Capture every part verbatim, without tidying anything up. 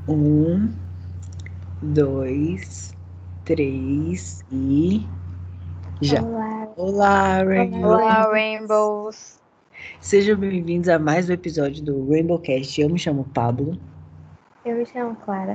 Um, dois, três e já. Olá. Olá, Rainbow. Olá, Rainbows. Sejam bem-vindos a mais um episódio do Rainbowcast. Eu me chamo Pablo. Eu me chamo Clara.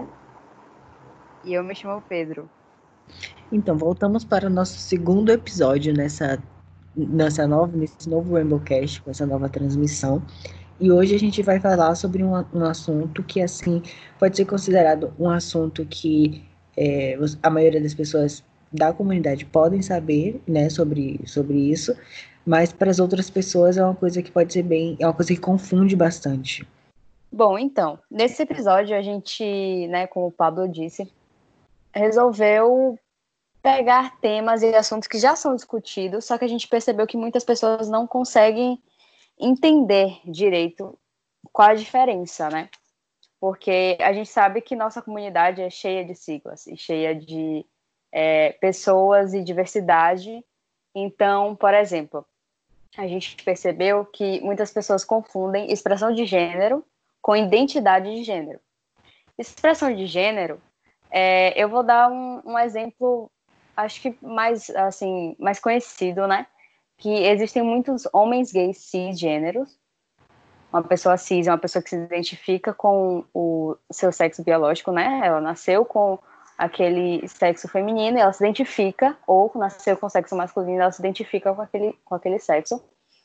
E eu me chamo Pedro. Então, voltamos para o nosso segundo episódio nessa, nessa nova, nesse novo Rainbowcast, com essa nova transmissão. E hoje a gente vai falar sobre um, um assunto que, assim, pode ser considerado um assunto que é, a maioria das pessoas da comunidade podem saber, né, sobre, sobre isso, mas para as outras pessoas é uma coisa que pode ser bem, é uma coisa que confunde bastante. Bom, então, nesse episódio a gente, né, como o Pablo disse, resolveu pegar temas e assuntos que já são discutidos, só que a gente percebeu que muitas pessoas não conseguem entender direito qual a diferença, né? Porque a gente sabe que nossa comunidade é cheia de siglas e cheia de é, pessoas e diversidade. Então, por exemplo, a gente percebeu que muitas pessoas confundem expressão de gênero com identidade de gênero. Expressão de gênero, é, eu vou dar um, um exemplo, acho que mais, assim, mais conhecido, né? Que existem muitos homens gays cisgêneros. Uma pessoa cis é uma pessoa que se identifica com o seu sexo biológico, né? Ela nasceu com aquele sexo feminino e ela se identifica, ou nasceu com sexo masculino e ela se identifica com aquele, com aquele sexo.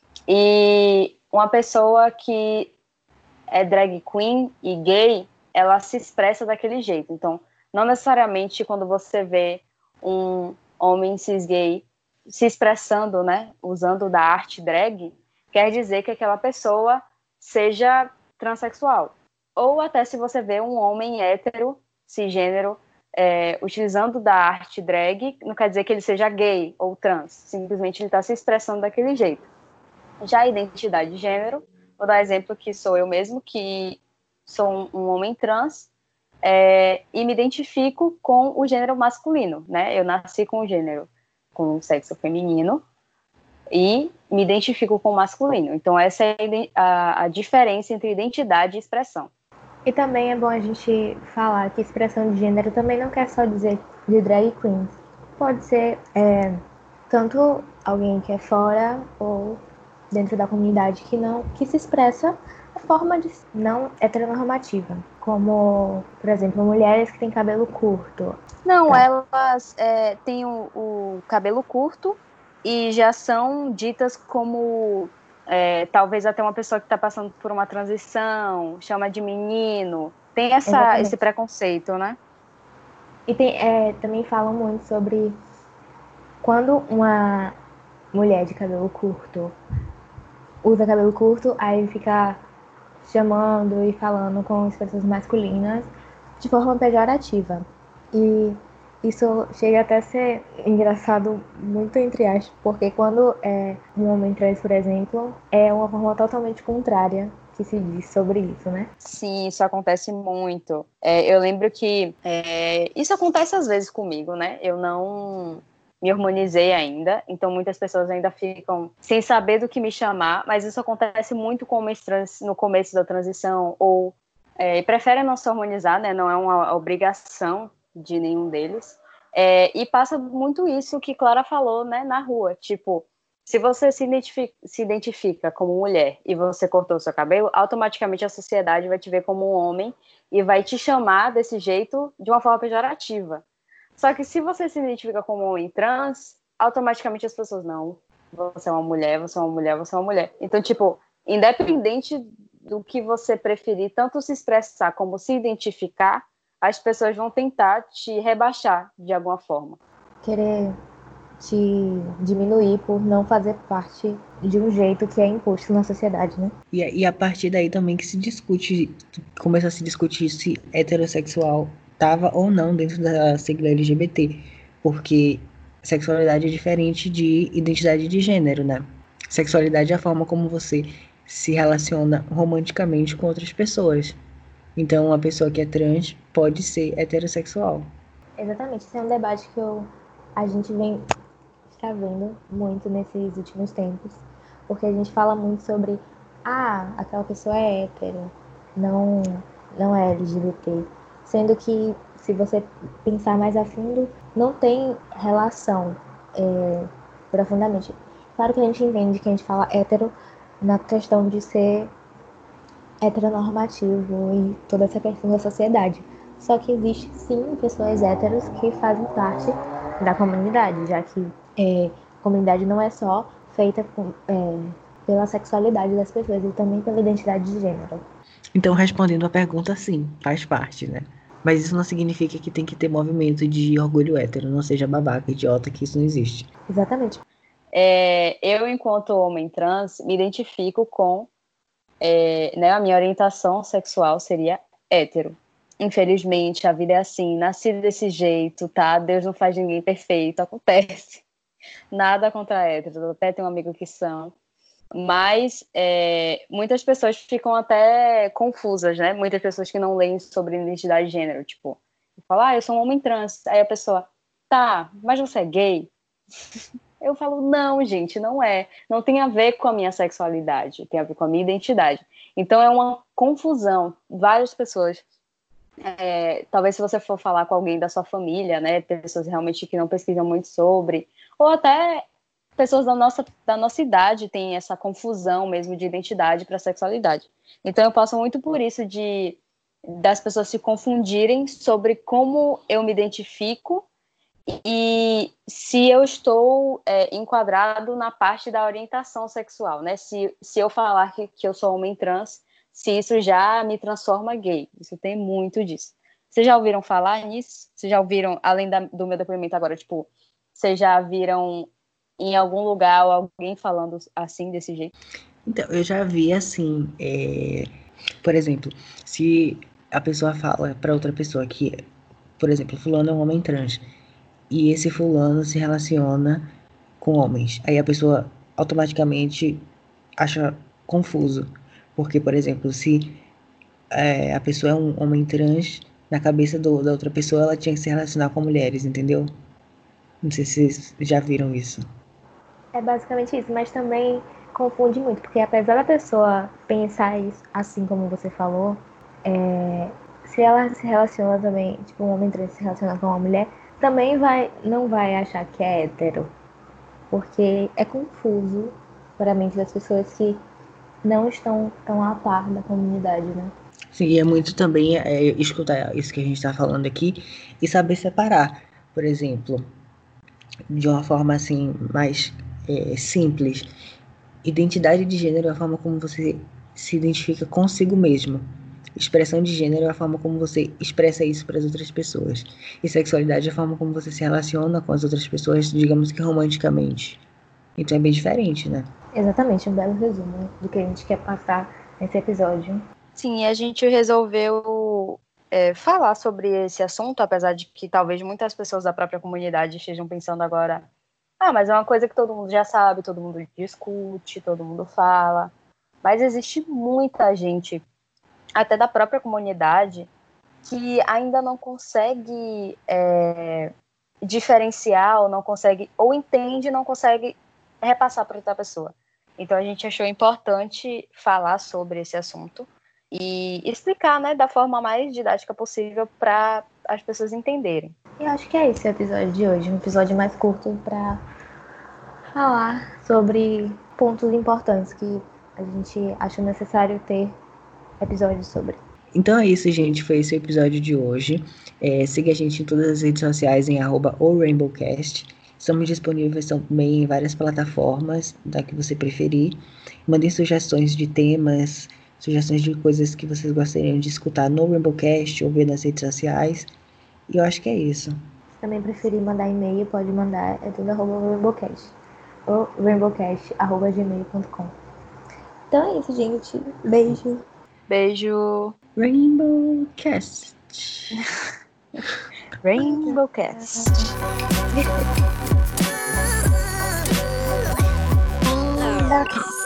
E uma pessoa que é drag queen e gay, ela se expressa daquele jeito. Então, não necessariamente quando você vê um homem cis gay se expressando, né, usando da arte drag, quer dizer que aquela pessoa seja transexual. Ou até se você vê um homem hétero, cisgênero, é, utilizando da arte drag, não quer dizer que ele seja gay ou trans, simplesmente ele está se expressando daquele jeito. Já a identidade de gênero, vou dar exemplo que sou eu mesmo, que sou um, um homem trans, é, e me identifico com o gênero masculino, né? Eu nasci com o gênero, com o sexo feminino, e me identifico com o masculino. Então, essa é a, a diferença entre identidade e expressão. E também é bom a gente falar que expressão de gênero também não quer só dizer de drag queens. Pode ser é, tanto alguém que é fora ou dentro da comunidade que não que se expressa a forma de não heteronormativa, como, por exemplo, mulheres que têm cabelo curto. Não, tá. Elas é, têm o, o cabelo curto e já são ditas como é, talvez até uma pessoa que está passando por uma transição, chama de menino. Tem essa, esse preconceito, né? E tem, é, também falam muito sobre quando uma mulher de cabelo curto usa cabelo curto, aí fica chamando e falando com expressões masculinas de forma pejorativa. E isso chega até a ser engraçado, muito entre aspas, porque quando é um homem trans, por exemplo, é uma forma totalmente contrária que se diz sobre isso, né? Sim, isso acontece muito. É, eu lembro que é, isso acontece às vezes comigo, né? Eu não me harmonizei ainda, então muitas pessoas ainda ficam sem saber do que me chamar, mas isso acontece muito com homens trans no começo da transição, ou é, preferem não se harmonizar, né? Não é uma obrigação de nenhum deles. É, e passa muito isso que Clara falou, né, na rua, tipo, se você se identifica, se identifica como mulher e você cortou o seu cabelo, automaticamente a sociedade vai te ver como um homem e vai te chamar desse jeito de uma forma pejorativa. Só que se você se identifica como um homem trans, automaticamente as pessoas, não, você é uma mulher, você é uma mulher, você é uma mulher. Então, tipo, independente do que você preferir, tanto se expressar como se identificar, as pessoas vão tentar te rebaixar de alguma forma. Querer te diminuir por não fazer parte de um jeito que é imposto na sociedade, né? E, e a partir daí também que se discute, começa a se discutir se heterossexual estava ou não dentro da sigla L G B T, porque sexualidade é diferente de identidade de gênero, né? Sexualidade é a forma como você se relaciona romanticamente com outras pessoas. Então, uma pessoa que é trans pode ser heterossexual. Exatamente, esse é um debate que eu, a gente vem está vendo muito nesses últimos tempos, porque a gente fala muito sobre ah, aquela pessoa é hétero, não, não é L G B T. sendo que, se você pensar mais a fundo, não tem relação é, profundamente. Claro que a gente entende que a gente fala hétero na questão de ser heteronormativo e toda essa questão da sociedade. Só que existe sim pessoas héteros que fazem parte da comunidade, já que é, a comunidade não é só feita com, é, pela sexualidade das pessoas, e também pela identidade de gênero. Então, respondendo a pergunta, sim, faz parte, né? Mas isso não significa que tem que ter movimento de orgulho hétero, não seja babaca, idiota, que isso não existe. Exatamente. É, eu, enquanto homem trans, me identifico com... É, né, a minha orientação sexual seria hétero. Infelizmente, a vida é assim, nasci desse jeito, tá? Deus não faz ninguém perfeito, acontece. Nada contra héteros, eu até tenho um amigo que são. Mas é, muitas pessoas ficam até confusas, né? Muitas pessoas que não leem sobre identidade de gênero, tipo, falam, ah, eu sou um homem trans. Aí a pessoa, tá, mas você é gay? Eu falo, não, gente, não é. Não tem a ver com a minha sexualidade, tem a ver com a minha identidade. Então é uma confusão. Várias pessoas, é, talvez se você for falar com alguém da sua família, né, pessoas realmente que não pesquisam muito sobre, ou até pessoas da nossa, da nossa idade têm essa confusão mesmo de identidade para sexualidade. Então eu passo muito por isso de das pessoas se confundirem sobre como eu me identifico e se eu estou é, enquadrado na parte da orientação sexual, né? Se, se eu falar que, que eu sou homem trans, se isso já me transforma gay. Isso tem muito disso. Vocês já ouviram falar nisso? Vocês já ouviram, além da, do meu depoimento agora, tipo, vocês já viram em algum lugar alguém falando assim, desse jeito? Então, eu já vi assim, é... por exemplo, se a pessoa fala para outra pessoa que, por exemplo, fulano é um homem trans, e esse fulano se relaciona com homens. Aí a pessoa automaticamente acha confuso. Porque, por exemplo, se é, a pessoa é um homem trans, na cabeça do, da outra pessoa ela tinha que se relacionar com mulheres, entendeu? Não sei se vocês já viram isso. É basicamente isso, mas também confunde muito, porque apesar da pessoa pensar isso, assim como você falou, é, se ela se relaciona também, tipo, um homem trans se relaciona com uma mulher, também vai, não vai achar que é hétero, porque é confuso para a mente das pessoas que não estão tão a par da comunidade, né? Sim, e é muito também é, escutar isso que a gente está falando aqui e saber separar, por exemplo, de uma forma assim mais é, simples. Identidade de gênero é a forma como você se identifica consigo mesmo. Expressão de gênero é a forma como você expressa isso para as outras pessoas. E sexualidade é a forma como você se relaciona com as outras pessoas, digamos que romanticamente. Então é bem diferente, né? Exatamente, um belo resumo do que a gente quer passar nesse episódio. Sim, a gente resolveu é, falar sobre esse assunto, apesar de que talvez muitas pessoas da própria comunidade estejam pensando agora, ah, mas é uma coisa que todo mundo já sabe, todo mundo discute, todo mundo fala. Mas existe muita gente, até da própria comunidade, que ainda não consegue é, diferenciar, ou não consegue, ou entende e não consegue repassar para outra pessoa. Então a gente achou importante falar sobre esse assunto e explicar, né, da forma mais didática possível para as pessoas entenderem. E acho que é esse o episódio de hoje, um episódio mais curto para falar sobre pontos importantes que a gente acha necessário ter episódios sobre. Então é isso, gente. Foi esse o episódio de hoje. É, siga a gente em todas as redes sociais em arroba o RainbowCast. Estamos disponíveis também em várias plataformas, da que você preferir. Mandem sugestões de temas, sugestões de coisas que vocês gostariam de escutar no RainbowCast ou ver nas redes sociais. E eu acho que é isso. Se também preferir mandar e-mail, pode mandar, é tudo arroba RainbowCast. Ou rainbowcast arroba gmail ponto com. Então é isso, gente. Beijo. Beijo. RainbowCast. RainbowCast. RainbowCast.